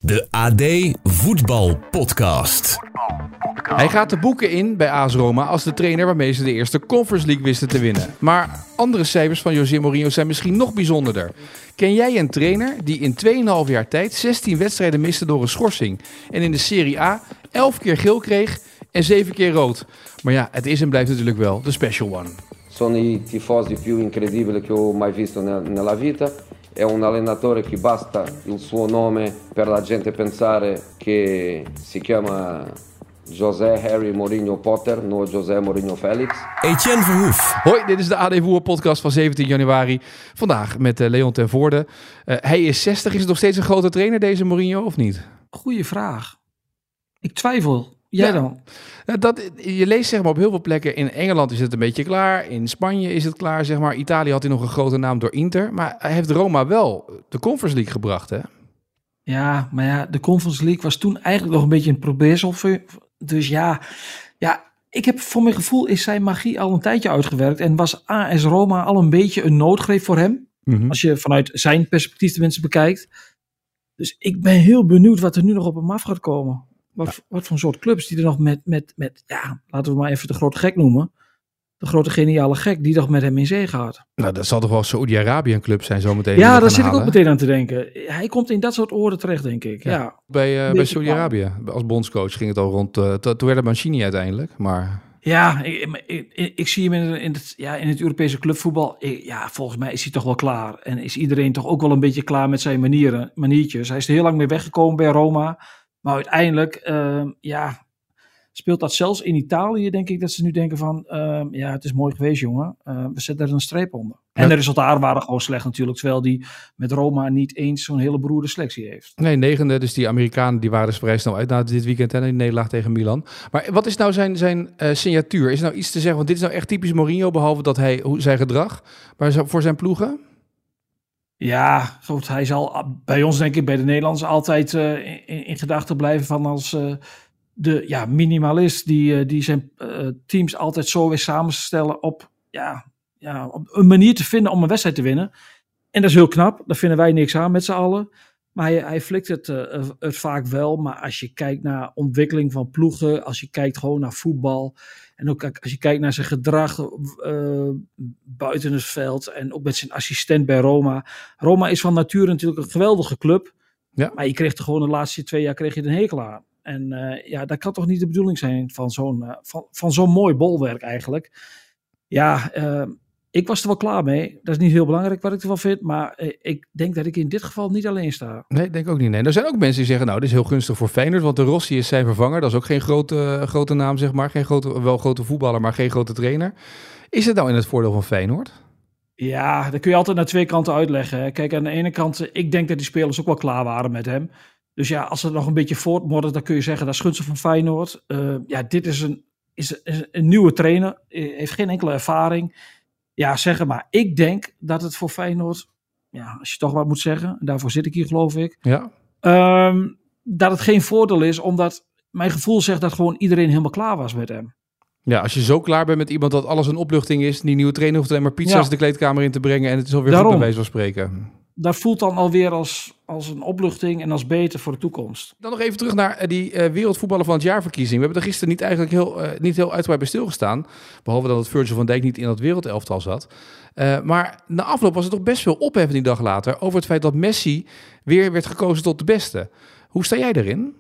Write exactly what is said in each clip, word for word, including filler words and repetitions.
De A D Voetbal Podcast. Hij gaat de boeken in bij A S Roma als de trainer waarmee ze de eerste Conference League wisten te winnen. Maar andere cijfers van José Mourinho zijn misschien nog bijzonderder. Ken jij een trainer die in twee komma vijf jaar tijd zestien wedstrijden miste door een schorsing en in de Serie A elf keer geel kreeg en zeven keer rood? Maar ja, het is en blijft natuurlijk wel de special one. Sono i tifosi più incredibili che ho mai visto nella vita. È un allenatore che basta il suo nome per la gente pensare che si chiama José Harry Mourinho Potter, no José Mourinho Felix. Etienne Verhoef. Hoi, dit is de A D Voetbal Podcast van zeventien januari. Vandaag met uh, Leon ten Voorde. Uh, hij is zestig. Is het nog steeds een grote trainer, deze Mourinho, of niet? Goeie vraag. Ik twijfel. Jij ja. dan? Nou, dat, je leest zeg maar op heel veel plekken. In Engeland is het een beetje klaar. In Spanje is het klaar, zeg maar. Italië had hij nog een grote naam door Inter. Maar hij heeft Roma wel de Conference League gebracht, hè? Ja, maar ja, de Conference League was toen eigenlijk nog een beetje een probeersel. Dus ja, ja, ik heb voor mijn gevoel is zijn magie al een tijdje uitgewerkt. En was A S Roma al een beetje een noodgreep voor hem. Mm-hmm. Als je vanuit zijn perspectief de mensen bekijkt. Dus ik ben heel benieuwd wat er nu nog op hem af gaat komen. Wat, ja. wat voor soort clubs die er nog met, met, met, ja, laten we maar even de grote gek noemen. De grote geniale gek die nog met hem in zee gaat. Nou, dat zal toch wel Saoedi-Arabië een club zijn zometeen. Ja, daar zit halen. ik ook meteen aan te denken. Hij komt in dat soort oren terecht, denk ik. Ja. Ja. Bij, uh, bij Saoedi-Arabië, als bondscoach ging het al rond. Uh, toen werd het Mancini uiteindelijk, maar... Ja, ik, ik, ik, ik zie hem in, in, het, ja, in het Europese clubvoetbal. Ik, ja, volgens mij is hij toch wel klaar. En is iedereen toch ook wel een beetje klaar met zijn manieren, maniertjes. Hij is er heel lang mee weggekomen bij Roma. Maar uiteindelijk, uh, ja, speelt dat zelfs in Italië, denk ik, dat ze nu denken van, uh, ja, het is mooi geweest, jongen. Uh, we zetten er een streep onder. Ja. En de resultaten waren gewoon slecht natuurlijk, terwijl die met Roma niet eens zo'n hele beroerde selectie heeft. Nee, negende, dus die Amerikanen die waren dus vrij snel uit na dit weekend en die nederlaag tegen Milan. Maar wat is nou zijn, zijn uh, signatuur? Is er nou iets te zeggen, want dit is nou echt typisch Mourinho, behalve dat hij, zijn gedrag, maar voor zijn ploegen? Ja, goed, hij zal bij ons, denk ik, bij de Nederlanders altijd uh, in, in gedachten blijven van als uh, de ja, minimalist die, uh, die zijn uh, teams altijd zo weer samenstellen op, ja, ja, op een manier te vinden om een wedstrijd te winnen. En dat is heel knap, daar vinden wij niks aan met z'n allen. Maar hij, hij flikt het, uh, het vaak wel. Maar als je kijkt naar ontwikkeling van ploegen, als je kijkt gewoon naar voetbal... En ook als je kijkt naar zijn gedrag uh, buiten het veld en ook met zijn assistent bij Roma. Roma is van nature natuurlijk een geweldige club. Ja. Maar je kreeg er gewoon de laatste twee jaar kreeg je een hekel aan. En uh, ja, dat kan toch niet de bedoeling zijn van zo'n, uh, van, van zo'n mooi bolwerk eigenlijk. Ja, uh, ik was er wel klaar mee. Dat is niet heel belangrijk wat ik ervan vind. Maar uh, ik denk dat ik in dit geval niet alleen sta. Nee, ik denk ook niet. Nee. Er zijn ook mensen die zeggen, nou, dit is heel gunstig voor Feyenoord. Want de Rossi is zijn vervanger. Dat is ook geen grote, grote naam, zeg maar. Geen grote, wel grote voetballer, maar geen grote trainer. Is het nou in het voordeel van Feyenoord? Ja, dat kun je altijd naar twee kanten uitleggen. Hè. Kijk, aan de ene kant, ik denk dat die spelers ook wel klaar waren met hem. Dus ja, als ze nog een beetje voortmodden, dan kun je zeggen, dat is gunstig van Feyenoord. Uh, ja, dit is een, is, is een nieuwe trainer. Heeft geen enkele ervaring. Ja, zeg maar. Ik denk dat het voor Feyenoord, ja, als je toch wat moet zeggen, daarvoor zit ik hier, geloof ik. Ja. Um, dat het geen voordeel is, omdat mijn gevoel zegt dat gewoon iedereen helemaal klaar was met hem. Ja, als je zo klaar bent met iemand dat alles een opluchting is, die nieuwe trainer hoeft alleen maar pizza's ja. de kleedkamer in te brengen en het is alweer Daarom. goed bij wijze van spreken. Dat voelt dan alweer als, als een opluchting en als beter voor de toekomst. Dan nog even terug naar die uh, wereldvoetballer van het jaarverkiezing. We hebben er gisteren niet eigenlijk heel, uh, niet heel uitgebreid bij stilgestaan. Behalve dat het Virgil van Dijk niet in dat wereldelftal zat. Uh, maar na afloop was er toch best veel ophef die dag later over het feit dat Messi weer werd gekozen tot de beste. Hoe sta jij erin?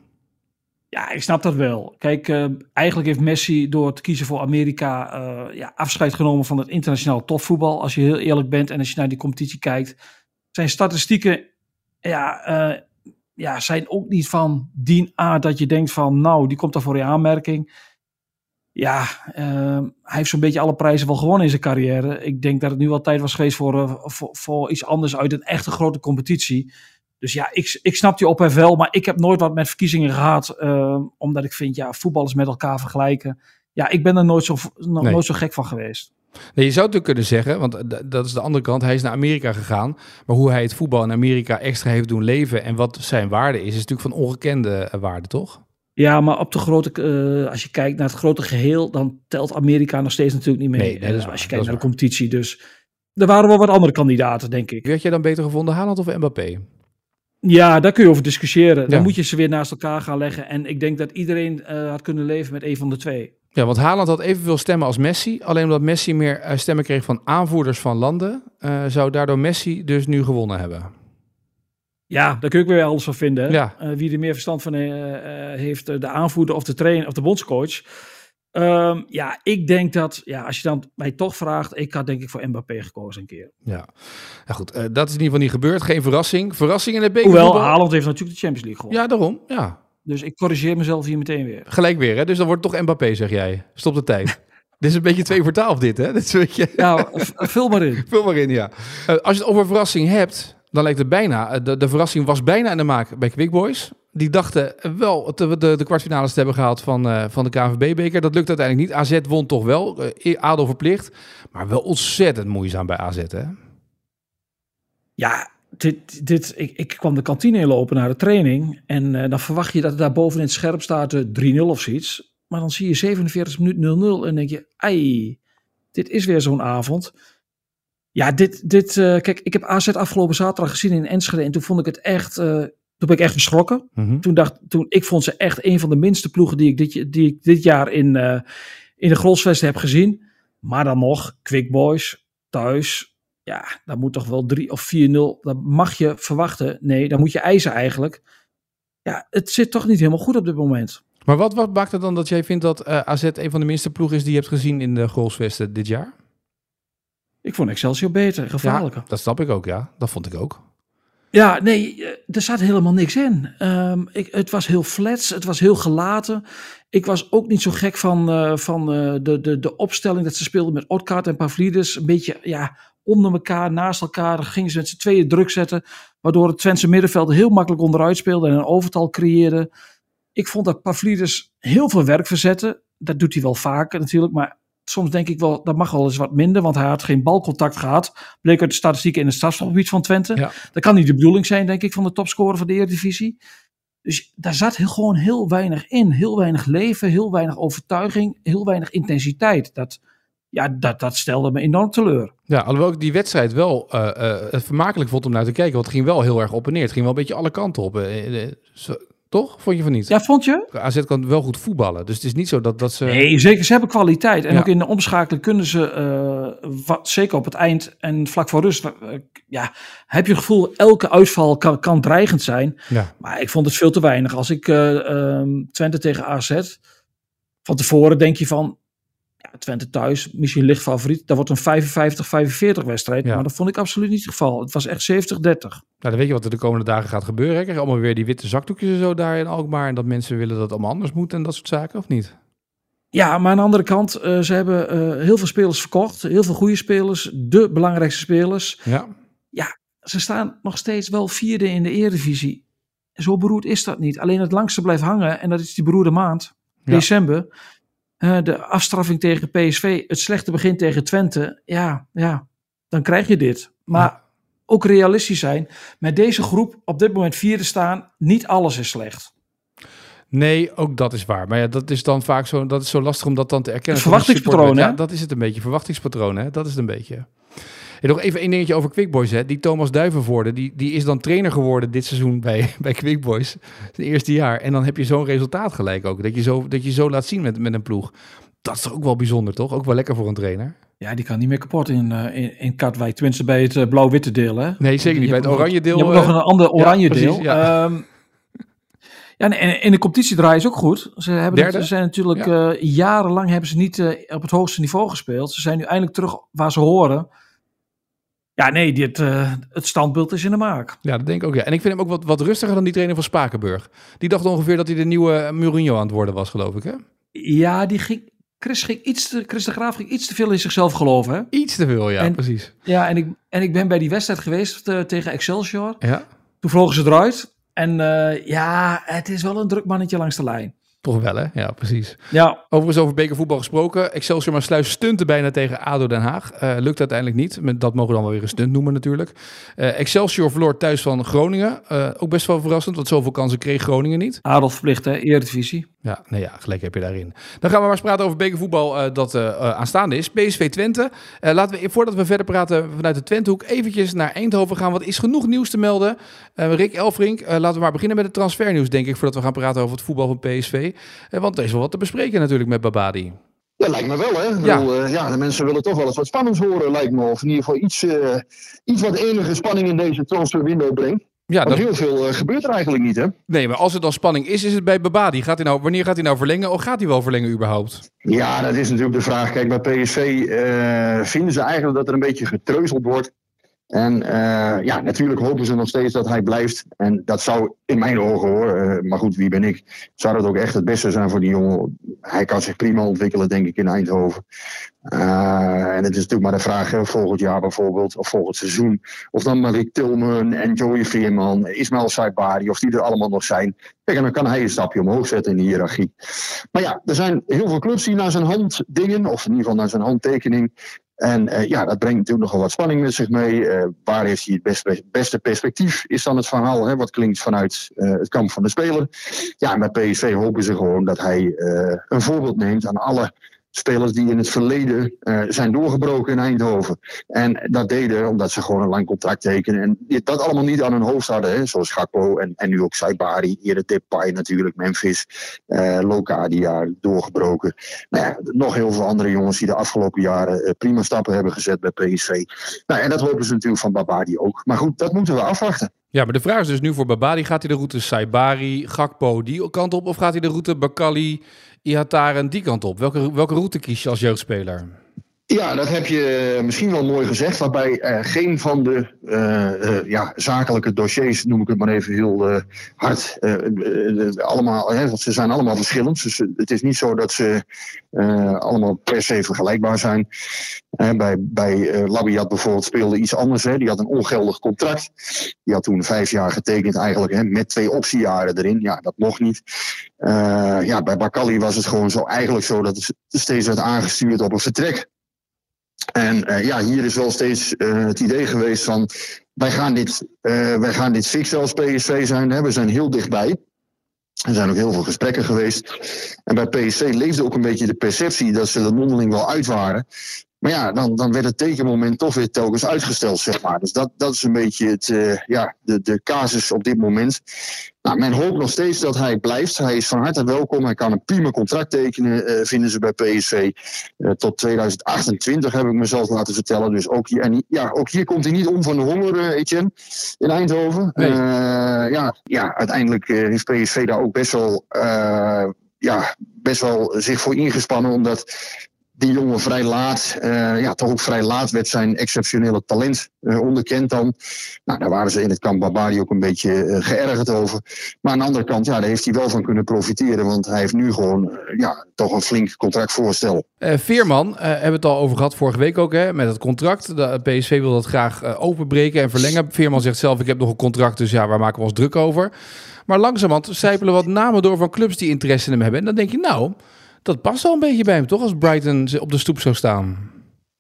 Ja, ik snap dat wel. Kijk, uh, eigenlijk heeft Messi door te kiezen voor Amerika uh, ja, afscheid genomen van het internationaal topvoetbal. Als je heel eerlijk bent en als je naar die competitie kijkt. Zijn statistieken ja, uh, ja, zijn ook niet van die aard dat je denkt van nou, die komt daar voor je aanmerking. Ja, uh, hij heeft zo'n beetje alle prijzen wel gewonnen in zijn carrière. Ik denk dat het nu wel tijd was geweest voor, uh, voor, voor iets anders uit een echte grote competitie. Dus ja, ik, ik snap die ophef wel, maar ik heb nooit wat met verkiezingen gehad. Uh, omdat ik vind, ja, voetballers met elkaar vergelijken. Ja, ik ben er nooit zo, no, nee. nooit zo gek van geweest. Nee, je zou het ook kunnen zeggen, want d- dat is de andere kant. Hij is naar Amerika gegaan, maar hoe hij het voetbal in Amerika extra heeft doen leven en wat zijn waarde is, is natuurlijk van ongekende waarde, toch? Ja, maar op de grote, uh, als je kijkt naar het grote geheel, dan telt Amerika nog steeds natuurlijk niet mee. Nee, nee, dat is waar, als je kijkt naar waar. de competitie. Dus er waren wel wat andere kandidaten, denk ik. Wie had jij dan beter gevonden, Haaland of Mbappé? Ja, daar kun je over discussiëren. Ja. Dan moet je ze weer naast elkaar gaan leggen. En ik denk dat iedereen uh, had kunnen leven met een van de twee. Ja, want Haaland had evenveel stemmen als Messi. Alleen omdat Messi meer uh, stemmen kreeg van aanvoerders van landen, uh, zou daardoor Messi dus nu gewonnen hebben. Ja, daar kun je ook weer alles van vinden. Hè? Ja. Uh, wie er meer verstand van uh, uh, heeft, de aanvoerder of de trainer of de bondscoach. Um, ja, ik denk dat, ja, als je dan mij toch vraagt, ik had denk ik voor Mbappé gekozen een keer. Ja, ja goed, uh, dat is in ieder geval niet gebeurd. Geen verrassing. Verrassing in het bekervoetbal. Hoewel, Haaland heeft natuurlijk de Champions League gewonnen. Ja, daarom, ja. Dus ik corrigeer mezelf hier meteen weer. Gelijk weer, hè? Dus dan wordt het toch Mbappé, zeg jij. Stop de tijd. Dit is een beetje twee voor twaalf dit, hè? Dit is een beetje... Ja, vul maar in. Vul maar in, ja. Uh, als je het over verrassing hebt, dan lijkt het bijna... De, de verrassing was bijna in de maak bij Quick Boys. Die dachten wel de, de, de kwartfinales te hebben gehaald van, uh, van de K N V B-beker. Dat lukt uiteindelijk niet. A Z won toch wel. Uh, A D O verplicht. Maar wel ontzettend moeizaam bij A Z, hè? Ja, dit, dit, ik, ik kwam de kantine inlopen naar de training. En uh, dan verwacht je dat het daar boven in het scherp staat uh, drie nul of zoiets. Maar dan zie je zevenenveertig minuten nul nul. En denk je, ai, dit is weer zo'n avond. Ja, dit, dit uh, kijk, ik heb A Z afgelopen zaterdag gezien in Enschede. En toen vond ik het echt... Uh, Toen ben ik echt geschrokken. Mm-hmm. Toen dacht, toen, ik vond ze echt een van de minste ploegen die ik dit, die ik dit jaar in, uh, in de Grolsvesten heb gezien. Maar dan nog, Quick Boys, thuis. Ja, daar moet toch wel drie of vier nul. Dat mag je verwachten. Nee, dan moet je eisen eigenlijk. Ja, het zit toch niet helemaal goed op dit moment. Maar wat, wat maakt het dan dat jij vindt dat uh, A Z een van de minste ploegen is die je hebt gezien in de Grolsvesten dit jaar? Ik vond Excelsior beter, gevaarlijker. Ja, dat snap ik ook, ja. Dat vond ik ook. Ja, nee, er zat helemaal niks in. Um, ik, het was heel flats, het was heel gelaten. Ik was ook niet zo gek van, uh, van uh, de, de, de opstelling dat ze speelden met Odgaard en Pavlidis. Een beetje ja, onder elkaar, naast elkaar. Dan gingen ze met z'n tweeën druk zetten, waardoor het Twentse middenveld heel makkelijk onderuit speelde en een overtal creëerde. Ik vond dat Pavlidis heel veel werk verzette. Dat doet hij wel vaker natuurlijk, maar soms denk ik wel, dat mag wel eens wat minder, want hij had geen balcontact gehad. Bleek uit de statistieken in het strafschopgebied van Twente. Ja. Dat kan niet de bedoeling zijn, denk ik, van de topscorer van de Eredivisie. Dus daar zat heel, gewoon heel weinig in. Heel weinig leven, heel weinig overtuiging, heel weinig intensiteit. Dat, ja, dat, dat stelde me enorm teleur. Ja, alhoewel ik die wedstrijd wel uh, uh, vermakelijk vond om naar te kijken, want het ging wel heel erg op en neer. Het ging wel een beetje alle kanten op. Uh, uh, zo, toch? Vond je van niet? Ja, vond je? A Z kan wel goed voetballen, dus het is niet zo dat, dat ze... Nee, zeker. Ze hebben kwaliteit. En ja. ook in de omschakeling kunnen ze, uh, wat, zeker op het eind en vlak voor rust, uh, ja, heb je het gevoel, elke uitval kan, kan dreigend zijn. Ja. Maar ik vond het veel te weinig. Als ik uh, um, Twente tegen A Z, van tevoren denk je van, ja, Twente thuis, misschien licht favoriet. Dat wordt een vijfenvijftig vijfenveertig wedstrijd. Ja. Maar dat vond ik absoluut niet het geval. Het was echt zeventig dertig. Nou, dan weet je wat er de komende dagen gaat gebeuren. Hè? Krijg je allemaal weer die witte zakdoekjes en zo daar in Alkmaar. En dat mensen willen dat het allemaal anders moet en dat soort zaken, of niet? Ja, maar aan de andere kant, uh, ze hebben uh, heel veel spelers verkocht. Heel veel goede spelers. De belangrijkste spelers. Ja. Ja, ze staan nog steeds wel vierde in de Eredivisie. Zo beroerd is dat niet. Alleen het langste blijft hangen. En dat is die beroerde maand. Ja. December. Uh, de afstraffing tegen P S V. Het slechte begin tegen Twente. Ja, ja, dan krijg je dit. Maar ja. Ook realistisch zijn. Met deze groep op dit moment vierde staan. Niet alles is slecht. Nee, ook dat is waar. Maar ja, dat is dan vaak zo, dat is zo lastig om dat dan te erkennen. Verwachtingspatroon, hè? Ja, dat is het een beetje. Verwachtingspatroon, hè? Dat is het een beetje. En nog even één dingetje over Quick Boys, hè. Die Thomas Duivenvoorde, die, die is dan trainer geworden dit seizoen bij, bij Quick Boys. Het eerste jaar. En dan heb je zo'n resultaat gelijk ook. Dat je zo, dat je zo laat zien met, met een ploeg. Dat is toch ook wel bijzonder, toch? Ook wel lekker voor een trainer. Ja, die kan niet meer kapot in, uh, in, in Katwijk. Tenminste bij het uh, blauw-witte deel, hè? Nee, zeker niet. Bij het oranje deel. Je hebt uh, nog een ander oranje ja, precies, deel. Ja. Um, ja, en in de competitie draaien ze ook goed. Ze, hebben het, ze zijn natuurlijk ja. uh, jarenlang hebben ze niet uh, op het hoogste niveau gespeeld. Ze zijn nu eindelijk terug waar ze horen. Ja, nee, dit, uh, het standbeeld is in de maak. Ja, dat denk ik ook, ja. En ik vind hem ook wat, wat rustiger dan die trainer van Spakenburg. Die dacht ongeveer dat hij de nieuwe Mourinho aan het worden was, geloof ik, hè? Ja, die ging... Chris, ging iets te, Chris de Graaf ging iets te veel in zichzelf geloven. Hè? Iets te veel, ja, en, precies. Ja, en ik, en ik ben bij die wedstrijd geweest te, tegen Excelsior. Ja. Toen vlogen ze eruit. En uh, ja, het is wel een druk mannetje langs de lijn. Toch wel, hè? Ja, precies. Ja. Overigens over bekervoetbal gesproken. Excelsior Maasluis stunte bijna tegen A D O Den Haag. Uh, lukt uiteindelijk niet. Dat mogen we dan wel weer een stunt noemen natuurlijk. Uh, Excelsior verloor thuis van Groningen. Uh, ook best wel verrassend, want zoveel kansen kreeg Groningen niet. Adolf verplicht, hè? Eredivisie. Ja, nee, ja, gelijk heb je daarin. Dan gaan we maar eens praten over bekervoetbal uh, dat uh, uh, aanstaande is. P S V Twente. Uh, laten we, voordat we verder praten vanuit de Twentehoek, eventjes naar Eindhoven gaan. Want er is genoeg nieuws te melden. Uh, Rick Elfrink, uh, laten we maar beginnen met het transfernieuws, denk ik, voordat we gaan praten over het voetbal van P S V. Uh, want er is wel wat te bespreken natuurlijk met Babadi. Ja, lijkt me wel, hè. Ik Ja. bedoel, uh, ja, de mensen willen toch wel eens wat spannends horen, lijkt me. Of in ieder geval iets, uh, iets wat enige spanning in deze transferwindow brengt. Ja, Want dat, heel veel uh, gebeurt er eigenlijk niet, hè. nee, maar als er dan spanning is, is het bij Babadi. Gaat hij nou, wanneer gaat hij nou verlengen? Of gaat hij wel verlengen überhaupt? Ja, dat is natuurlijk de vraag. Kijk, bij P S V uh, vinden ze eigenlijk dat er een beetje getreuzeld wordt. En uh, ja, natuurlijk hopen ze nog steeds dat hij blijft. En dat zou in mijn ogen hoor, uh, maar goed, wie ben ik, zou dat ook echt het beste zijn voor die jongen. Hij kan zich prima ontwikkelen, denk ik, in Eindhoven. Uh, en het is natuurlijk maar de vraag, uh, volgend jaar bijvoorbeeld, of volgend seizoen, of dan Malik Tillman en Joey Veerman, Ismail Saibari, of die er allemaal nog zijn. Kijk, en dan kan hij een stapje omhoog zetten in de hiërarchie. Maar ja, er zijn heel veel clubs die naar zijn hand dingen, of in ieder geval naar zijn handtekening. En uh, ja, dat brengt natuurlijk nogal wat spanning met zich mee. Uh, waar heeft hij het beste, beste perspectief, is dan het verhaal. Hè, wat klinkt vanuit uh, het kamp van de speler. Ja, en bij P S V hopen ze gewoon dat hij uh, een voorbeeld neemt aan alle spelers die in het verleden uh, zijn doorgebroken in Eindhoven. En dat deden omdat ze gewoon een lang contract tekenen. En dat allemaal niet aan hun hoofd hadden. Hè, zoals Gakpo en, en nu ook Saibari. Eerder Depay natuurlijk, Memphis, uh, Locadia doorgebroken. Nou ja, nog heel veel andere jongens die de afgelopen jaren uh, prima stappen hebben gezet bij P S V. Nou, en dat hopen ze natuurlijk van Babadi ook. Maar goed, dat moeten we afwachten. Ja, maar de vraag is dus nu voor Babadi, gaat hij de route Saibari, Gakpo die kant op? Of gaat hij de route Bakali, Ihataren die kant op? Welke, welke route kies je als jeugdspeler? Ja, dat heb je misschien wel mooi gezegd. Waarbij uh, geen van de uh, uh, ja, zakelijke dossiers, noem ik het maar even heel uh, hard, uh, uh, allemaal, hè, want ze zijn allemaal verschillend. Dus het is niet zo dat ze uh, allemaal per se vergelijkbaar zijn. Uh, bij bij uh, Labiat bijvoorbeeld speelde iets anders. Hè. Die had een ongeldig contract. Die had toen vijf jaar getekend eigenlijk, hè, met twee optiejaren erin. Ja, dat mocht niet. Uh, ja, bij Bakali was het gewoon zo eigenlijk zo dat het steeds werd aangestuurd op een vertrek. En uh, ja, hier is wel steeds uh, het idee geweest van, wij gaan dit, uh, wij gaan dit fixen als P S V zijn. Hè. We zijn heel dichtbij. Er zijn ook heel veel gesprekken geweest. En bij P S V leefde ook een beetje de perceptie dat ze er mondeling wel uit waren. Maar ja, dan, dan werd het tekenmoment toch weer telkens uitgesteld, zeg maar. Dus dat, dat is een beetje het, uh, ja, de, de casus op dit moment. Nou, men hoopt nog steeds dat hij blijft. Hij is van harte welkom. Hij kan een prima contract tekenen, uh, vinden ze bij P S V. Uh, tot tweeduizend achtentwintig heb ik mezelf laten vertellen. Dus ook hier, en ja, ook hier komt hij niet om van de honger, uh, Etienne, in Eindhoven. Nee. Uh, ja, ja, uiteindelijk uh, heeft P S V daar ook best wel, uh, ja, best wel zich voor ingespannen, omdat die jongen vrij laat, uh, ja, toch ook vrij laat werd zijn exceptionele talent uh, onderkend dan. Nou, daar waren ze in het kamp Babadi ook een beetje uh, geërgerd over. Maar aan de andere kant, ja, daar heeft hij wel van kunnen profiteren. Want hij heeft nu gewoon, uh, ja, toch een flink contractvoorstel. Uh, Veerman, uh, hebben we het al over gehad vorige week ook, hè, met het contract. De P S V wil dat graag uh, openbreken en verlengen. Veerman zegt zelf, ik heb nog een contract, dus ja, waar maken we ons druk over? Maar langzamerhand sijpelen wat namen door van clubs die interesse in hem hebben. En dan denk je, nou, dat past wel een beetje bij hem, toch? Als Brighton op de stoep zou staan.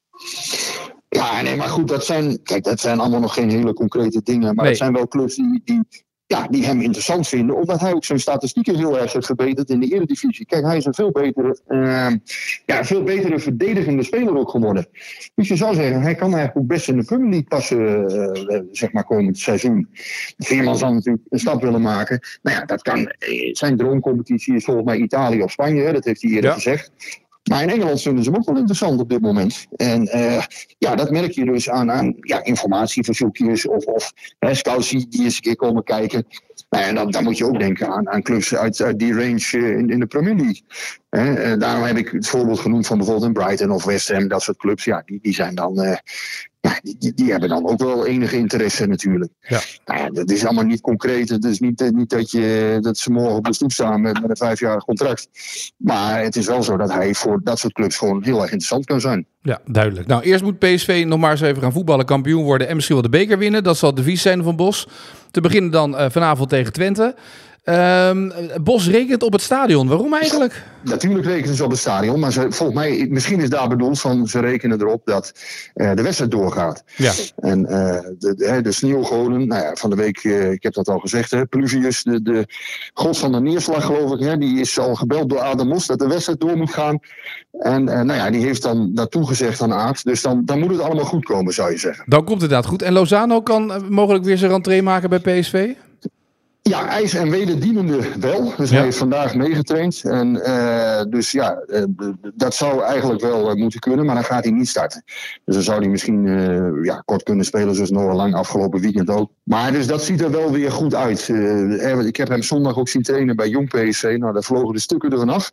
Ja, nee, maar goed, dat zijn, kijk, dat zijn allemaal nog geen hele concrete dingen. Maar Nee. dat zijn wel clubs die, die, ja, die hem interessant vinden. Omdat hij ook zijn statistieken heel erg heeft verbeterd in de Eredivisie. Kijk, hij is een veel betere, uh, ja, veel betere verdedigende speler ook geworden. Dus je zou zeggen, hij kan eigenlijk ook best in de Premier League passen, uh, zeg maar, komend seizoen. Veerman zal natuurlijk een stap willen maken. Nou ja, dat kan. Zijn droomcompetitie is volgens mij Italië of Spanje, hè, dat heeft hij eerder Ja. gezegd. Maar in Engeland vinden ze hem ook wel interessant op dit moment. En uh, ja, dat merk je dus aan, aan ja, informatieverzoekjes of, of hè, scouts die eens een keer komen kijken. Nou, en dan, dan moet je ook denken aan, aan clubs uit, uit die range uh, in, in de Premier League. Hè, uh, daarom heb ik het voorbeeld genoemd van bijvoorbeeld in Brighton of West Ham, dat soort clubs. Ja, die, die zijn dan... Uh, Ja, die, die hebben dan ook wel enige interesse natuurlijk. Ja. Nou ja, dat is allemaal niet concreet. Het is niet, niet dat, je, dat ze morgen op de stoep staan met, met een vijfjarig contract. Maar het is wel zo dat hij voor dat soort clubs gewoon heel erg interessant kan zijn. Ja, duidelijk. Nou, eerst moet P S V nog maar eens even gaan voetballen, kampioen worden en misschien wel de beker winnen. Dat zal het devies zijn van Bos. Te beginnen dan uh, vanavond tegen Twente. Um, Bos rekent op het stadion. Waarom eigenlijk? Natuurlijk rekenen ze op het stadion, maar ze, volgens mij, misschien is daar bedoeld van, ze rekenen erop dat uh, de wedstrijd doorgaat. Ja. En uh, de, de, de sneeuwgoden, nou ja, van de week, uh, ik heb dat al gezegd, hè, Pluvius, de, de god van de neerslag geloof ik, hè, die is al gebeld door Adam Mos dat de wedstrijd door moet gaan. En uh, nou ja, die heeft dan naartoe gezegd aan Aert, dus dan, dan moet het allemaal goed komen, zou je zeggen. Dan komt het inderdaad goed. En Lozano kan uh, mogelijk weer zijn rentree maken bij P S V? Ja, ijs en wederdienende wel. Dus ja. Hij heeft vandaag meegetraind. En uh, dus ja, uh, dat zou eigenlijk wel uh, moeten kunnen, maar dan gaat hij niet starten. Dus dan zou hij misschien uh, ja, kort kunnen spelen, zoals Noah Lang afgelopen weekend ook. Maar dus dat ziet er wel weer goed uit. Uh, ik heb hem zondag ook zien trainen bij Jong P S V. Nou, daar vlogen de stukken ervan af.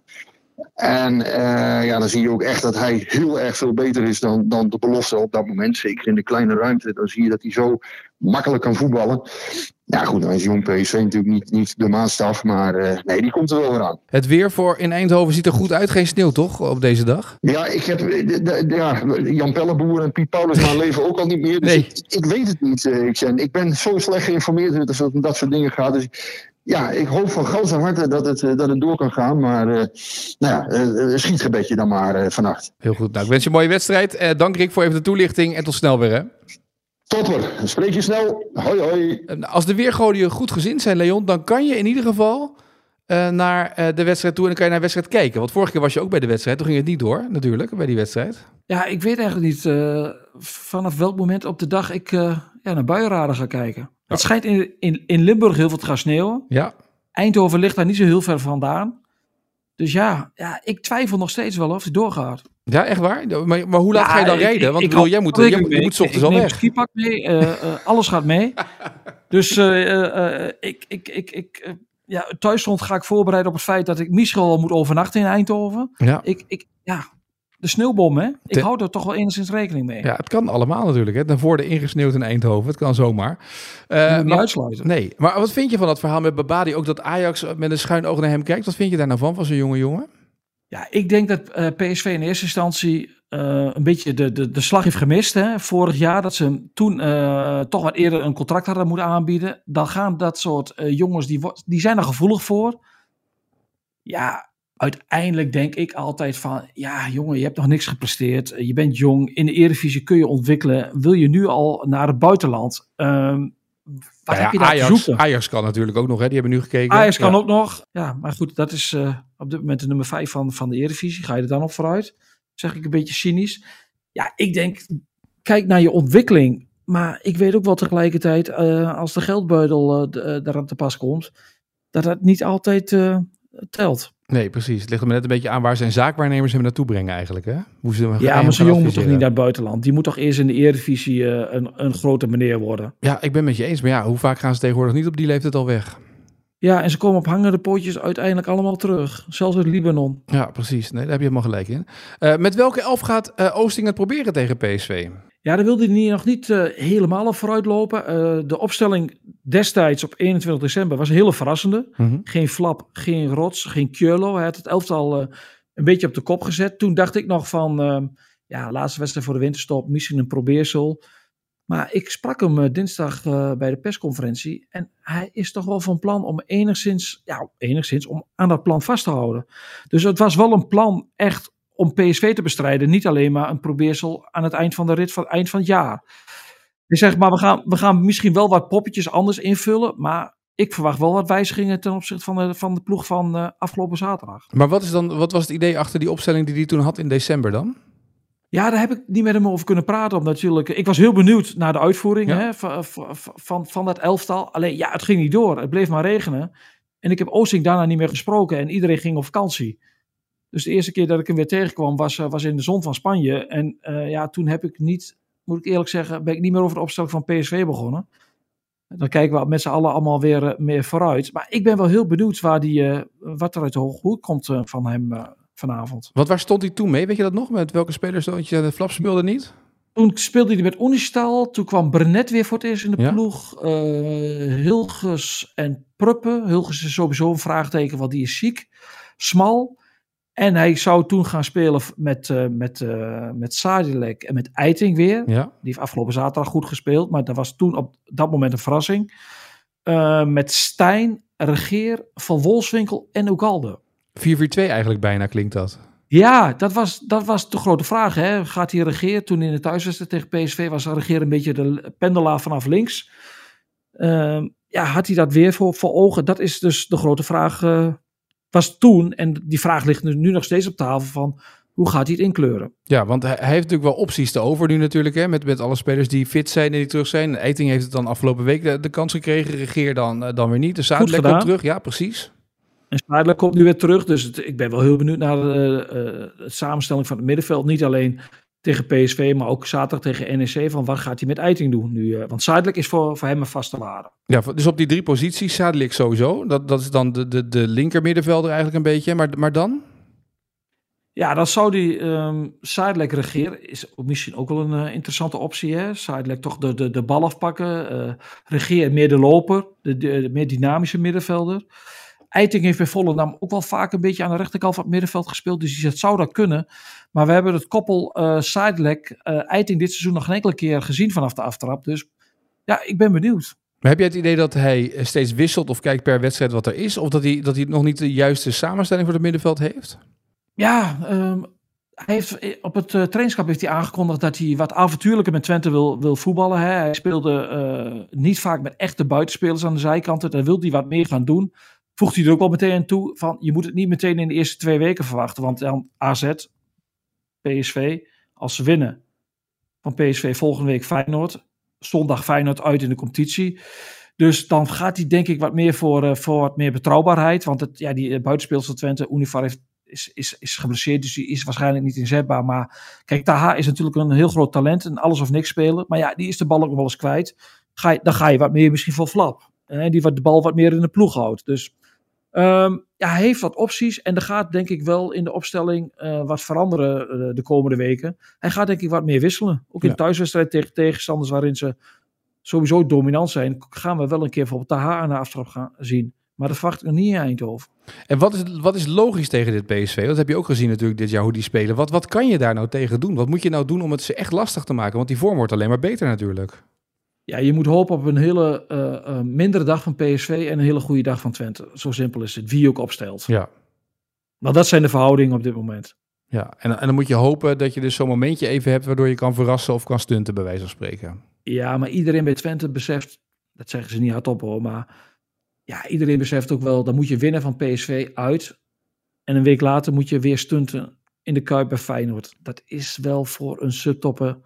En uh, ja, dan zie je ook echt dat hij heel erg veel beter is dan, dan de belofte op dat moment. Zeker in de kleine ruimte. Dan zie je dat hij zo makkelijk kan voetballen. Ja goed, dan is Jong P S V natuurlijk niet, niet de maatstaf. Maar uh, nee, die komt er wel weer aan. Het weer voor in Eindhoven ziet er goed uit. Geen sneeuw toch op deze dag? Ja, ik heb de, de, de, ja, Jan Pelleboer en Piet Paulusma leven ook al niet meer. Dus nee. ik, ik weet het niet. Uh, ik, ik ben zo slecht geïnformeerd als het om dat soort dingen gaat. Dus ja, ik hoop van ganse harte dat het, dat het door kan gaan. Maar uh, nou ja, uh, schietgebedje dan maar uh, vannacht. Heel goed. Nou, ik wens je een mooie wedstrijd. Uh, dank Rick voor even de toelichting. En tot snel weer, hè? Topper. Spreek je snel. Hoi, hoi. Als de weergoden goed gezind zijn, Leon, dan kan je in ieder geval uh, naar uh, de wedstrijd toe en dan kan je naar de wedstrijd kijken. Want vorige keer was je ook bij de wedstrijd. Toen ging het niet door, natuurlijk, bij die wedstrijd. Ja, ik weet eigenlijk niet uh, vanaf welk moment op de dag ik uh, ja, naar buienraden ga kijken. Ja. Het schijnt in, in, in Limburg heel veel te gaan sneeuwen. Ja. Eindhoven ligt daar niet zo heel ver vandaan. Dus ja, ja ik twijfel nog steeds wel of het doorgaat. Ja, echt waar? Maar, maar hoe laat ja, ga je dan ik, rijden? Want ik, ik bedoel, jij moet, jij, jij mee. moet 's ochtends ik, al ik weg. Ik neem skipak mee, uh, uh, alles gaat mee. Dus uh, uh, ik, ik, ik, ik, uh, ja, thuisgrond ga ik voorbereiden op het feit dat ik misschien wel moet overnachten in Eindhoven. Ja. Ik, ik, ja, de sneeuwbom, hè? Ik Ten... hou er toch wel enigszins rekening mee. Ja, het kan allemaal natuurlijk. Hè? Dan worden ingesneeuwd in Eindhoven. Het kan zomaar. Uh, niet maar, uitsluiten. Nee, maar wat vind je van dat verhaal met Babadi? Ook dat Ajax met een schuin oog naar hem kijkt. Wat vind je daar nou van, van zo'n jonge jongen? Ja, ik denk dat uh, P S V in eerste instantie uh, een beetje de, de, de slag heeft gemist. Hè? Vorig jaar dat ze hem toen uh, toch wat eerder een contract hadden moeten aanbieden. Dan gaan dat soort uh, jongens, die, die zijn er gevoelig voor. Ja, uiteindelijk denk ik altijd van, ja jongen, je hebt nog niks gepresteerd. Je bent jong, in de Eredivisie kun je ontwikkelen. Wil je nu al naar het buitenland? Um, Wat ja, heb je daar Ajax, te zoeken? Ajax kan natuurlijk ook nog, hè? Die hebben nu gekeken. Ajax kan ja. ook nog. Ja, maar goed, dat is uh, op dit moment de nummer vijf van, van de Eredivisie. Ga je er dan op vooruit? Zeg ik een beetje cynisch. Ja, ik denk, kijk naar je ontwikkeling. Maar ik weet ook wel tegelijkertijd, uh, als de geldbuidel uh, de, uh, eraan te pas komt, dat dat niet altijd uh, telt. Nee, precies. Het ligt er maar net een beetje aan waar zijn zaakwaarnemers hem naartoe brengen eigenlijk, hè? Hoe ze hem ja, maar zo'n jongen moet toch niet naar het buitenland? Die moet toch eerst in de Eredivisie uh, een, een grote meneer worden? Ja, ik ben met je eens. Maar ja, hoe vaak gaan ze tegenwoordig niet op die leeftijd al weg? Ja, en ze komen op hangende pootjes uiteindelijk allemaal terug. Zelfs uit Libanon. Ja, precies. Nee, daar heb je helemaal gelijk in. Uh, met welke elf gaat uh, Oosting het proberen tegen P S V? Ja, daar wilde hij nog niet uh, helemaal op vooruit lopen. Uh, de opstelling destijds op eenentwintig december was een hele verrassende. Mm-hmm. Geen Flap, geen Rots, geen Kjolo. Hij had het elftal uh, een beetje op de kop gezet. Toen dacht ik nog van, uh, ja, laatste wedstrijd voor de winterstop, misschien een probeersel. Maar ik sprak hem uh, dinsdag uh, bij de persconferentie. En hij is toch wel van plan om enigszins, ja, enigszins, om aan dat plan vast te houden. Dus het was wel een plan echt om P S V te bestrijden. Niet alleen maar een probeersel aan het eind van de rit van het eind van het jaar. Ik zeg maar, we gaan, we gaan misschien wel wat poppetjes anders invullen. Maar ik verwacht wel wat wijzigingen ten opzichte van de, van de ploeg van uh, afgelopen zaterdag. Maar wat, is dan, wat was het idee achter die opstelling die hij toen had in december dan? Ja, daar heb ik niet met hem over kunnen praten. Omdat natuurlijk, ik was heel benieuwd naar de uitvoering ja. hè, van, van, van dat elftal. Alleen ja, het ging niet door. Het bleef maar regenen. En ik heb Oosting daarna niet meer gesproken. En iedereen ging op vakantie. Dus de eerste keer dat ik hem weer tegenkwam was, was in de zon van Spanje. En uh, ja, toen heb ik niet, moet ik eerlijk zeggen, ben ik niet meer over de opstelling van P S V begonnen. Dan kijken we met z'n allen allemaal weer uh, meer vooruit. Maar ik ben wel heel benieuwd waar die, uh, wat er uit de hoge hoek komt uh, van hem uh, vanavond. Want waar stond hij toen mee? Weet je dat nog? Met welke spelers? Want je de Flap speelde niet? Toen speelde hij met Unistal. Toen kwam Brenet weer voor het eerst in de ja? ploeg. Uh, Hilgers en Pruppen. Hilgers is sowieso een vraagteken, want die is ziek. Smal. En hij zou toen gaan spelen met, uh, met, uh, met Sadilek en met Eiting weer. Ja. Die heeft afgelopen zaterdag goed gespeeld. Maar dat was toen op dat moment een verrassing. Uh, met Stijn Regeer, Van Wolfswinkel en Ugalde. vier vier twee eigenlijk bijna klinkt dat. Ja, dat was, dat was de grote vraag. Hè? Gaat hij Regeer? Toen in de thuiswedstrijd tegen P S V was Regeer een beetje de pendelaar vanaf links. Uh, ja, had hij dat weer voor, voor ogen? Dat is dus de grote vraag. Uh, was toen, en die vraag ligt nu nog steeds op tafel van, hoe gaat hij het inkleuren? Ja, want hij, hij heeft natuurlijk wel opties te over nu natuurlijk, hè, met, met alle spelers die fit zijn en die terug zijn. Eiting heeft het dan afgelopen week de, de kans gekregen, Regeer dan, uh, dan weer niet. De Zuidelijk komt terug, ja precies. En Zuidelijk komt nu weer terug, dus het, ik ben wel heel benieuwd naar de, uh, de samenstelling van het middenveld. Niet alleen tegen P S V, maar ook zaterdag tegen N E C. Van wat gaat hij met Eiting doen nu? Uh, want Zuidelijk is voor, voor hem een vaste waarde. Ja, dus op die drie posities, Zuidelijk sowieso. Dat, dat is dan de, de, de linker middenvelder eigenlijk een beetje. Maar, maar dan? Ja, dan zou die um, Zuidelijk Regeer, is misschien ook wel een uh, interessante optie. Hè? Zuidelijk toch de, de, de bal afpakken. Uh, Regeer meer de loper, de, de, de meer dynamische middenvelder. Eiting heeft bij Volendam ook wel vaak een beetje aan de rechterkant van het middenveld gespeeld. Dus dat zou dat kunnen. Maar we hebben het koppel uh, Zuidelijk, uh, Eiting dit seizoen nog geen enkele keer gezien vanaf de aftrap. Dus ja, ik ben benieuwd. Maar heb jij het idee dat hij steeds wisselt of kijkt per wedstrijd wat er is? Of dat hij, dat hij nog niet de juiste samenstelling voor het middenveld heeft? Ja, um, hij heeft, op het uh, trainingskamp heeft hij aangekondigd dat hij wat avontuurlijker met Twente wil, wil voetballen. Hè. Hij speelde uh, niet vaak met echte buitenspelers aan de zijkanten. Daar wil hij wat meer gaan doen. Voegt hij er ook wel meteen aan toe van, je moet het niet meteen in de eerste twee weken verwachten. Want dan A Z, P S V, als ze winnen van P S V volgende week Feyenoord. Zondag Feyenoord uit in de competitie. Dus dan gaat hij denk ik wat meer voor, uh, voor wat meer betrouwbaarheid. Want het, ja, die uh, buitenspeelster van Twente, Univar, heeft, is, is, is geblesseerd. Dus die is waarschijnlijk niet inzetbaar. Maar kijk, Taha is natuurlijk een heel groot talent. En alles of niks spelen. Maar ja, die is de bal ook nog wel eens kwijt. Ga je, dan ga je wat meer misschien voor Flap. Uh, die wat de bal wat meer in de ploeg houdt. Dus Um, ja, hij heeft wat opties en er gaat denk ik wel in de opstelling uh, wat veranderen uh, de komende weken. Hij gaat denk ik wat meer wisselen. Ook in ja. de thuiswedstrijd tegen tegenstanders waarin ze sowieso dominant zijn, gaan we wel een keer bijvoorbeeld Taha aan de aftrap gaan zien. Maar dat verwacht ik nog niet in Eindhoven. En wat is, wat is logisch tegen dit P S V? Dat heb je ook gezien natuurlijk dit jaar, hoe die spelen. Wat, wat kan je daar nou tegen doen? Wat moet je nou doen om het ze echt lastig te maken? Want die vorm wordt alleen maar beter natuurlijk. Ja, je moet hopen op een hele uh, uh, mindere dag van P S V en een hele goede dag van Twente. Zo simpel is het. Wie je ook opstelt. Ja. Maar dat zijn de verhoudingen op dit moment. Ja, en, en dan moet je hopen dat je dus zo'n momentje even hebt waardoor je kan verrassen of kan stunten, bij wijze van spreken. Ja, maar iedereen bij Twente beseft, dat zeggen ze niet hardop hoor, maar ja, iedereen beseft ook wel, dan moet je winnen van P S V uit. En een week later moet je weer stunten in de Kuip bij Feyenoord. Dat is wel voor een subtopper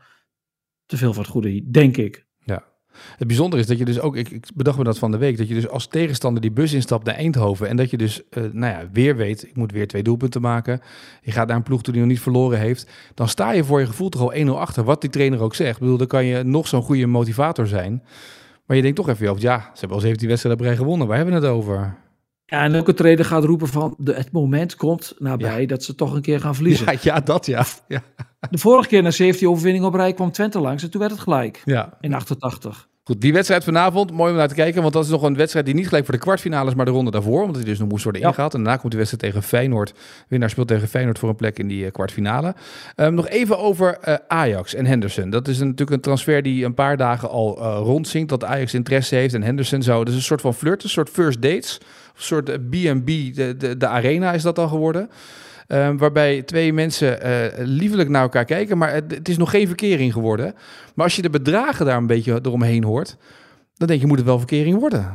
te veel voor het goede, denk ik. Ja. Het bijzondere is dat je dus ook, ik, ik bedacht me dat van de week, dat je dus als tegenstander die bus instapt naar Eindhoven en dat je dus, uh, nou ja, weer weet, ik moet weer twee doelpunten maken. Je gaat naar een ploeg toe die nog niet verloren heeft. Dan sta je voor je gevoel toch al één nul achter, wat die trainer ook zegt. Ik bedoel, dan kan je nog zo'n goede motivator zijn. Maar je denkt toch even, ja, ze hebben al zeventien wedstrijden op rij gewonnen. Waar hebben we het over? Ja, en elke trainer gaat roepen van, de, het moment komt nabij ja. dat ze toch een keer gaan verliezen. Ja, ja dat ja. ja. De vorige keer na zeventien overwinningen op rij kwam Twente langs en toen werd het gelijk. Ja. In achtentachtig. Goed, die wedstrijd vanavond, mooi om naar te kijken, want dat is nog een wedstrijd die niet gelijk voor de kwartfinales, maar de ronde daarvoor, omdat die dus nog moest worden ingehaald. En daarna komt die wedstrijd tegen Feyenoord. Winnaar speelt tegen Feyenoord voor een plek in die uh, kwartfinale. Um, nog even over uh, Ajax en Henderson. Dat is een, natuurlijk een transfer die een paar dagen al uh, rondzinkt, dat Ajax interesse heeft en Henderson zou. Dat is een soort van flirt, een soort first dates, een soort B en B, de, de, de arena is dat al geworden. Um, waarbij twee mensen uh, liefelijk naar elkaar kijken, maar het, het is nog geen verkering geworden. Maar als je de bedragen daar een beetje eromheen hoort, dan denk je, moet het wel verkering worden?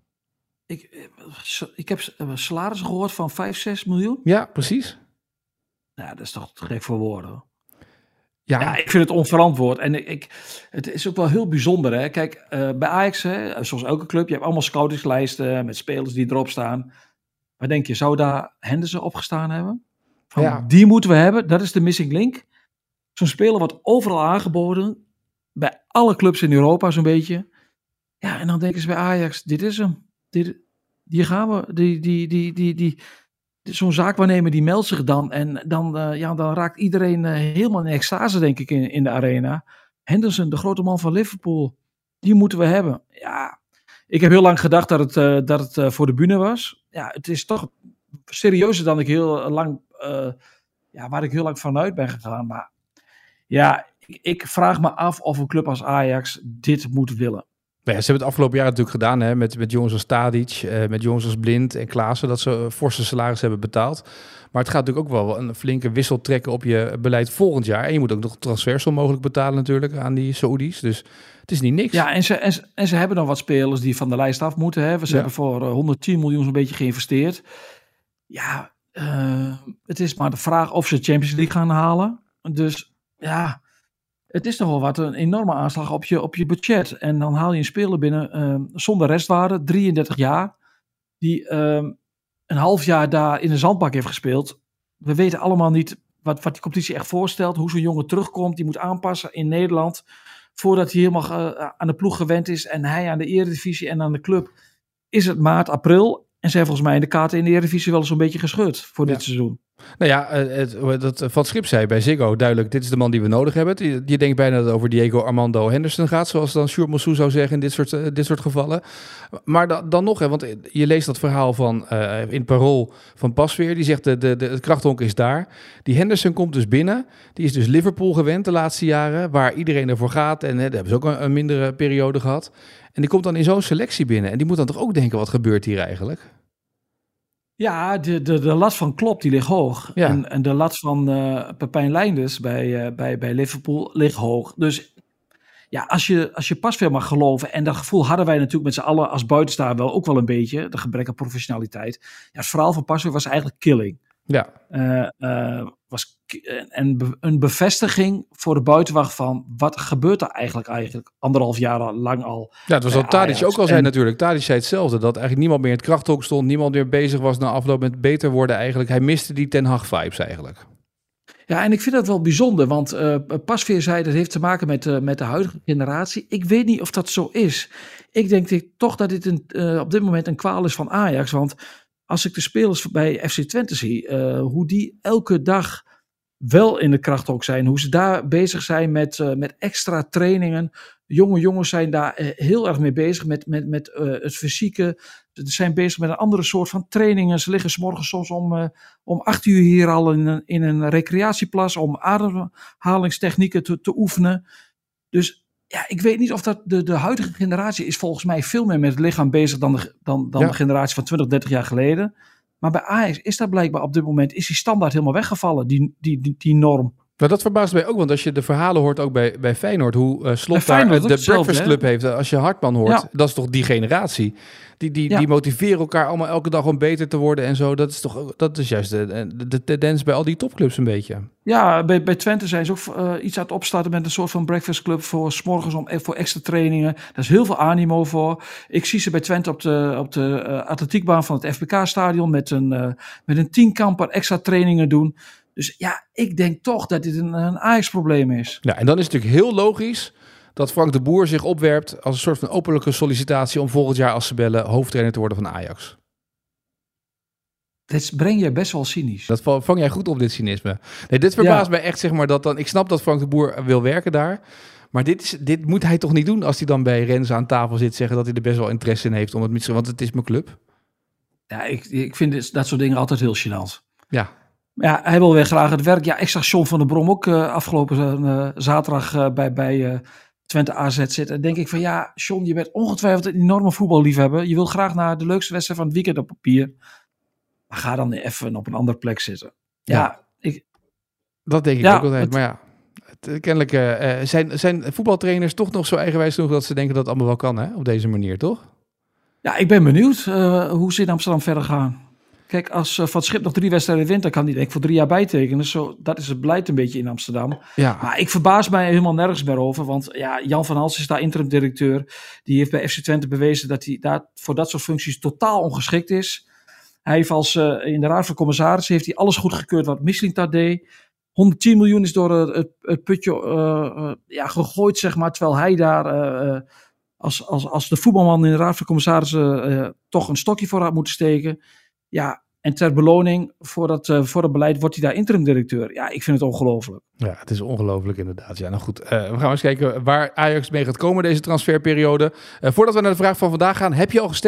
Ik, ik heb salarissen gehoord van vijf, zes miljoen. Ja, precies. Ja, dat is toch te gek voor woorden. Ja. ja, ik vind het onverantwoord. En ik, het is ook wel heel bijzonder. Hè? Kijk, uh, bij Ajax, hè, zoals elke club, je hebt allemaal scoutingslijsten met spelers die erop staan. Maar denk je, zou daar Henderson opgestaan hebben? Van, ja. Die moeten we hebben, dat is de missing link. Zo'n speler wordt overal aangeboden, bij alle clubs in Europa zo'n beetje. Ja, en dan denken ze bij Ajax, dit is hem. Dit, hier gaan we. Die, die, die, die, die, die, zo'n zaakwaarnemer die meldt zich dan. En dan, uh, ja, dan raakt iedereen uh, helemaal in extase, denk ik, in, in de arena. Henderson, de grote man van Liverpool, die moeten we hebben. Ja, ik heb heel lang gedacht dat het, uh, dat het uh, voor de bühne was. Ja, het is toch serieuzer dan ik heel lang... Uh, ja, waar ik heel lang vanuit ben gegaan. Maar ja, ik, ik vraag me af of een club als Ajax dit moet willen. Ja, ze hebben het afgelopen jaar natuurlijk gedaan hè, met, met jongens als Tadic, uh, met jongens als Blind en Klaassen, dat ze forse salaris hebben betaald. Maar het gaat natuurlijk ook wel een flinke wissel trekken op je beleid volgend jaar. En je moet ook nog transfers zo mogelijk betalen natuurlijk aan die Saoedi's. Dus het is niet niks. Ja, en ze, en, ze, en ze hebben nog wat spelers die van de lijst af moeten. Hè. Ze ja. hebben voor uh, honderdtien miljoen zo'n beetje geïnvesteerd. Ja, uh, het is maar de vraag of ze Champions League gaan halen. Dus ja, het is toch wel wat een enorme aanslag op je, op je budget. En dan haal je een speler binnen uh, zonder restwaarde, drieëndertig jaar, die uh, een half jaar daar in een zandbak heeft gespeeld. We weten allemaal niet wat, wat die competitie echt voorstelt, hoe zo'n jongen terugkomt, die moet aanpassen in Nederland, voordat hij helemaal uh, aan de ploeg gewend is en hij aan de Eredivisie en aan de club. Is het maart, april en zijn volgens mij in de kaarten in de Eredivisie wel eens een beetje geschud voor dit ja. seizoen. Nou ja, het, het, Van Schip zei bij Ziggo duidelijk, dit is de man die we nodig hebben. Je, je denkt bijna dat het over Diego Armando Henderson gaat, zoals dan Sjoerd Mossou zou zeggen in dit soort, uh, dit soort gevallen. Maar da, dan nog, hè, want je leest dat verhaal van uh, in het Parool van Pasveer, die zegt de, de, de, het krachthonk is daar. Die Henderson komt dus binnen, die is dus Liverpool gewend de laatste jaren, waar iedereen ervoor gaat en hè, daar hebben ze ook een, een mindere periode gehad. En die komt dan in zo'n selectie binnen en die moet dan toch ook denken, wat gebeurt hier eigenlijk? Ja, de, de, de lat van Klopp die ligt hoog. Ja. En, en de lat van uh, Pepijn Lijnders bij, uh, bij, bij Liverpool ligt hoog. Dus ja, als je, als je Pasveer mag geloven, en dat gevoel hadden wij natuurlijk met z'n allen als buitenstaander wel ook wel een beetje, de gebrek aan professionaliteit. Ja, het verhaal van Pasveer was eigenlijk killing. Ja. Uh, uh, was en een bevestiging voor de buitenwacht van wat gebeurt er eigenlijk eigenlijk anderhalf jaar lang al. Ja, het was wat Tadic ook al zei en, natuurlijk. Tadic zei hetzelfde, dat eigenlijk niemand meer in het krachthonk stond, niemand meer bezig was na afloop met beter worden eigenlijk. Hij miste die Ten Hag vibes eigenlijk. Ja, en ik vind dat wel bijzonder, want uh, Pasveer zei dat heeft te maken met, uh, met de huidige generatie. Ik weet niet of dat zo is. Ik denk dit, toch dat dit een, uh, op dit moment een kwaal is van Ajax, want als ik de spelers bij F C Twente zie, uh, hoe die elke dag wel in de krachthonk zijn, hoe ze daar bezig zijn met, uh, met extra trainingen. Jonge jongens zijn daar uh, heel erg mee bezig met, met, met uh, het fysieke. Ze zijn bezig met een andere soort van trainingen. Ze liggen 's morgens soms om, uh, om acht uur hier al in een, in een recreatieplas om ademhalingstechnieken te, te oefenen. Dus ja, ik weet niet of dat de, de huidige generatie is volgens mij veel meer met het lichaam bezig dan de, dan, dan ja. de generatie van twintig, dertig jaar geleden. Maar bij Ajax is dat blijkbaar op dit moment, is die standaard helemaal weggevallen, die, die, die, die norm. Maar dat verbaast mij ook, want als je de verhalen hoort ook bij, bij Feyenoord, hoe uh, Slot daar de Breakfast Club heeft, als je Hartman hoort, ja. dat is toch die generatie. Die, die, ja. die motiveren elkaar allemaal elke dag om beter te worden en zo. Dat is toch, dat is juist de, de, de tendens bij al die topclubs een beetje. Ja, bij, bij Twente zijn ze ook uh, iets aan het opstarten met een soort van Breakfast Club voor 's morgens om, voor extra trainingen. Daar is heel veel animo voor. Ik zie ze bij Twente op de, op de uh, atletiekbaan van het F B K-stadion met een, uh, met een tienkamper extra trainingen doen. Dus ja, ik denk toch dat dit een, een Ajax-probleem is. Ja, en dan is het natuurlijk heel logisch dat Frank de Boer zich opwerpt als een soort van openlijke sollicitatie om volgend jaar als ze bellen hoofdtrainer te worden van Ajax. Dit breng je best wel cynisch. Dat vang jij goed op, dit cynisme. Nee, dit verbaast ja. mij echt, zeg maar, dat dan. Ik snap dat Frank de Boer wil werken daar. Maar dit, is, dit moet hij toch niet doen als hij dan bij Renze aan tafel zit, zeggen dat hij er best wel interesse in heeft om het misschien, want het is mijn club. Ja, ik, ik vind dit, dat soort dingen altijd heel gênant. Ja. Ja, hij wil weer graag het werk. Ja, ik zag John van der Brom ook uh, afgelopen uh, zaterdag uh, bij, bij uh, Twente A Z zitten. Dan denk ik van ja, John, je bent ongetwijfeld een enorme voetballiefhebber. Je wil graag naar de leukste wedstrijd van het weekend op papier. Maar ga dan even op een andere plek zitten. Ja, ja ik... Dat denk ik ja, ook altijd. Het... Maar ja, het, kennelijk uh, zijn, zijn voetbaltrainers toch nog zo eigenwijs genoeg dat ze denken dat het allemaal wel kan, hè? Op deze manier, toch? Ja, ik ben benieuwd uh, hoe ze in Amsterdam verder gaan. Kijk, als uh, Van Schip nog drie wedstrijden wint, dan kan die denk ik voor drie jaar bijtekenen. Zo, dat is het beleid een beetje in Amsterdam. Ja. Maar ik verbaas mij helemaal nergens meer over. Want ja, Jan van Hals is daar interim-directeur. Die heeft bij F C Twente bewezen dat hij daar voor dat soort functies totaal ongeschikt is. Hij heeft als uh, in de Raad van Commissarissen heeft hij alles goedgekeurd wat Mislintat deed. honderdtien miljoen is door het, het, het putje uh, uh, ja, gegooid, zeg maar. Terwijl hij daar uh, als, als, als de voetbalman in de Raad van Commissarissen uh, toch een stokje voor had moeten steken. Ja, en ter beloning voor dat, uh, voor dat beleid wordt hij daar interim-directeur. Ja, ik vind het ongelooflijk. Ja, het is ongelooflijk inderdaad. Ja, nou goed, uh, we gaan eens kijken waar Ajax mee gaat komen deze transferperiode. Uh, voordat we naar de vraag van vandaag gaan, heb je al gestemd?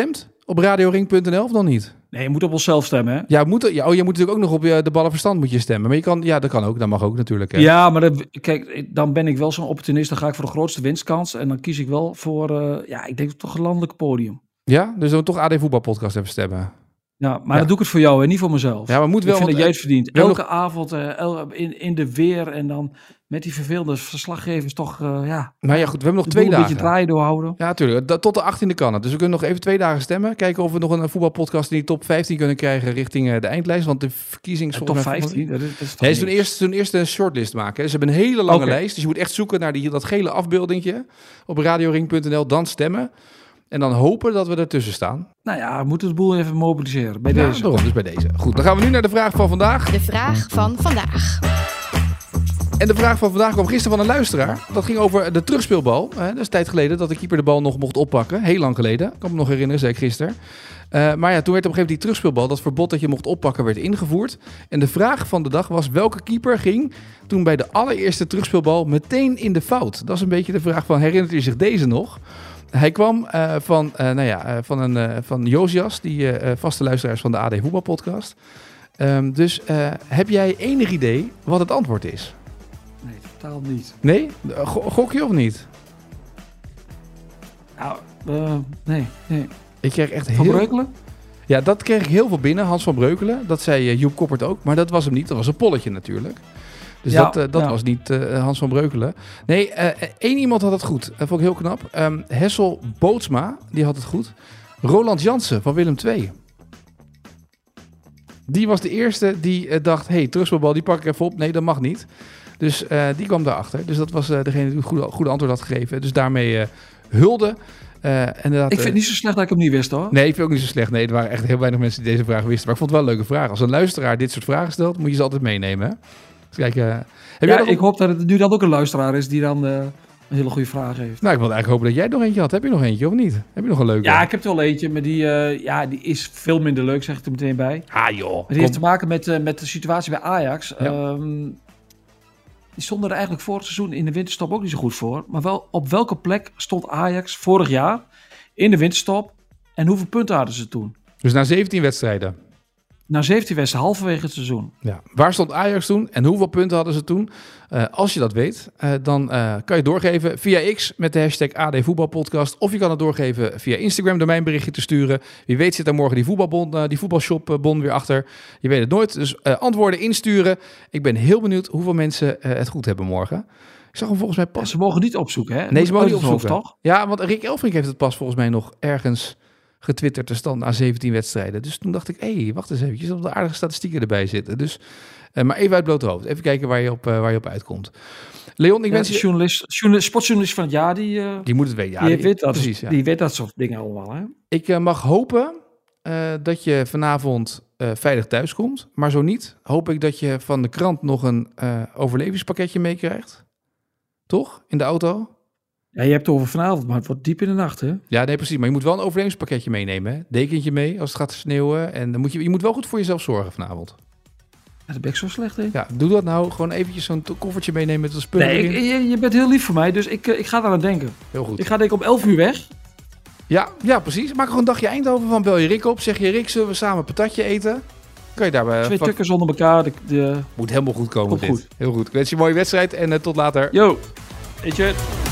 Op radioring punt n l of dan niet? Nee, je moet op onszelf stemmen, hè? Ja, moet, ja, oh, je moet natuurlijk ook nog op je, de ballenverstand moet je stemmen. Maar je kan, ja, dat kan ook. Dat mag ook natuurlijk. Hè. Ja, maar dat, kijk, dan ben ik wel zo'n opportunist. Dan ga ik voor de grootste winstkans. En dan kies ik wel voor, uh, ja, ik denk toch een landelijk podium. Ja, dus dan toch A D Voetbalpodcast even stemmen. Ja, maar ja. dan doe ik het voor jou en niet voor mezelf. Ja, maar moet wel. Ik vind want, dat jij het verdient. Elke nog... avond uh, el, in, in de weer en dan met die vervelende verslaggevers toch, uh, ja. Maar ja, goed, we hebben nog de twee dagen. Een beetje draaien doorhouden. Ja, natuurlijk. Tot de achttiende kan het. Dus we kunnen nog even twee dagen stemmen. Kijken of we nog een voetbalpodcast in die top vijftien kunnen krijgen richting uh, de eindlijst. Want de verkiezing is top vijftien? Dat is, dat is nee, ze doen eerst, doen eerst een shortlist maken. Hè. Ze hebben een hele lange okay. lijst. Dus je moet echt zoeken naar die, dat gele afbeeldingje op radioring punt n l. Dan stemmen. En dan hopen dat we ertussen staan. Nou ja, we moeten de boel even mobiliseren. Bij ja, deze. Daarom, dus bij deze. Goed, dan gaan we nu naar de vraag van vandaag. De vraag van vandaag. En de vraag van vandaag kwam gisteren van een luisteraar. Dat ging over de terugspeelbal. Uh, dat is een tijd geleden dat de keeper de bal nog mocht oppakken. Heel lang geleden. Ik kan me nog herinneren, zei ik gisteren. Uh, maar ja, toen werd op een gegeven moment die terugspeelbal, dat verbod dat je mocht oppakken, werd ingevoerd. En de vraag van de dag was, welke keeper ging toen bij de allereerste terugspeelbal meteen in de fout? Dat is een beetje de vraag van, herinnert u zich deze nog? Hij kwam uh, van, uh, nou ja, uh, van, een, uh, van Josias, die uh, vaste luisteraars van de A D Voetbalpodcast. Um, dus uh, heb jij enig idee wat het antwoord is? Nee, totaal niet. Nee? Go- gok je of niet? Nou, uh, nee, nee. Ik kreeg echt Van heel... Breukelen? Ja, dat kreeg ik heel veel binnen. Hans van Breukelen. Dat zei uh, Joep Koppert ook. Maar dat was hem niet. Dat was een polletje natuurlijk. Dus ja, dat, uh, dat ja. was niet uh, Hans van Breukelen. Nee, uh, één iemand had het goed. Dat vond ik heel knap. Um, Hessel Bootsma, die had het goed. Roland Jansen van Willem twee. Die was de eerste die uh, dacht... Hé, hey, terugspeelbal, die pak ik even op. Nee, dat mag niet. Dus uh, die kwam daarachter. Dus dat was uh, degene die het goede, goede antwoord had gegeven. Dus daarmee uh, hulde... Uh, inderdaad, ik vind het niet zo slecht dat ik hem niet wist, hoor. Nee, ik vind het ook niet zo slecht. Nee, er waren echt heel weinig mensen die deze vraag wisten. Maar ik vond het wel een leuke vraag. Als een luisteraar dit soort vragen stelt, moet je ze altijd meenemen. Hè? Dus kijk, uh, heb ja, jij ik hoop dat het nu dan ook een luisteraar is die dan uh, een hele goede vraag heeft. Nou, ik wilde eigenlijk hopen dat jij nog eentje had. Heb je nog eentje of niet? Heb je nog een leuke? Ja, ik heb er wel eentje, maar die, uh, ja, die is veel minder leuk, zeg ik er meteen bij. Ah joh. Maar die heeft te maken met, uh, met de situatie bij Ajax. Ja. Um, die stonden er eigenlijk vorig seizoen in de winterstop ook niet zo goed voor. Maar wel, op welke plek stond Ajax vorig jaar in de winterstop en hoeveel punten hadden ze toen? Dus na zeventien wedstrijden. Na zeventien wedstrijden, halverwege het seizoen. Ja. Waar stond Ajax toen en hoeveel punten hadden ze toen? Uh, als je dat weet, uh, dan uh, kan je het doorgeven via X met de hashtag A D Voetbalpodcast. Of je kan het doorgeven via Instagram door mij een berichtje te sturen. Wie weet zit daar morgen die voetbalbon, uh, die voetbalshopbon weer achter. Je weet het nooit. Dus uh, antwoorden insturen. Ik ben heel benieuwd hoeveel mensen uh, het goed hebben morgen. Ik zag hem volgens mij pas. Ja, ze mogen niet opzoeken, hè? Nee, ze mogen niet opzoeken, opzoeken. toch? Ja, want Rick Elfrink heeft het pas volgens mij nog ergens getwitterd te stand na zeventien wedstrijden. Dus toen dacht ik, hé, hey, wacht eens eventjes, dat er aardige statistieken erbij zitten. Dus, uh, maar even uit blote hoofd. Even kijken waar je op, uh, waar je op uitkomt. Leon, ik ja, wens de je... journalist, journalist, sportjournalist van het jaar, die, uh, Die moet het weten. Ja, die, die, weet dat, precies, ja. die weet dat soort dingen allemaal, hè? Ik uh, mag hopen uh, dat je vanavond uh, veilig thuis komt. Maar zo niet, hoop ik dat je van de krant nog een uh, overlevingspakketje meekrijgt. Toch? In de auto? Ja, je hebt het over vanavond, maar het wordt diep in de nacht, hè? Ja, nee, precies. Maar je moet wel een overlevingspakketje meenemen. Hè? Dekentje mee als het gaat sneeuwen. En dan moet je, je moet wel goed voor jezelf zorgen vanavond. Ja, dat ben ik zo slecht, hè? Ja, doe dat nou. Gewoon eventjes zo'n koffertje meenemen met een spullen Nee, erin. ik, je, je bent heel lief voor mij, dus ik, ik ga daar aan denken. Heel goed. Ik ga denk ik om elf uur weg. Ja, ja, precies. Maak er gewoon een dagje Eindhoven van. Bel je Rick op. Zeg je, Rick, zullen we samen een patatje eten? Kan je daarbij... Twee vak... tukkers onder elkaar. De, de... Moet helemaal goed komen. Komt dit. goed. Heel goed. Ik wens je een mooie wedstrijd en uh, tot later. Yo, weet je...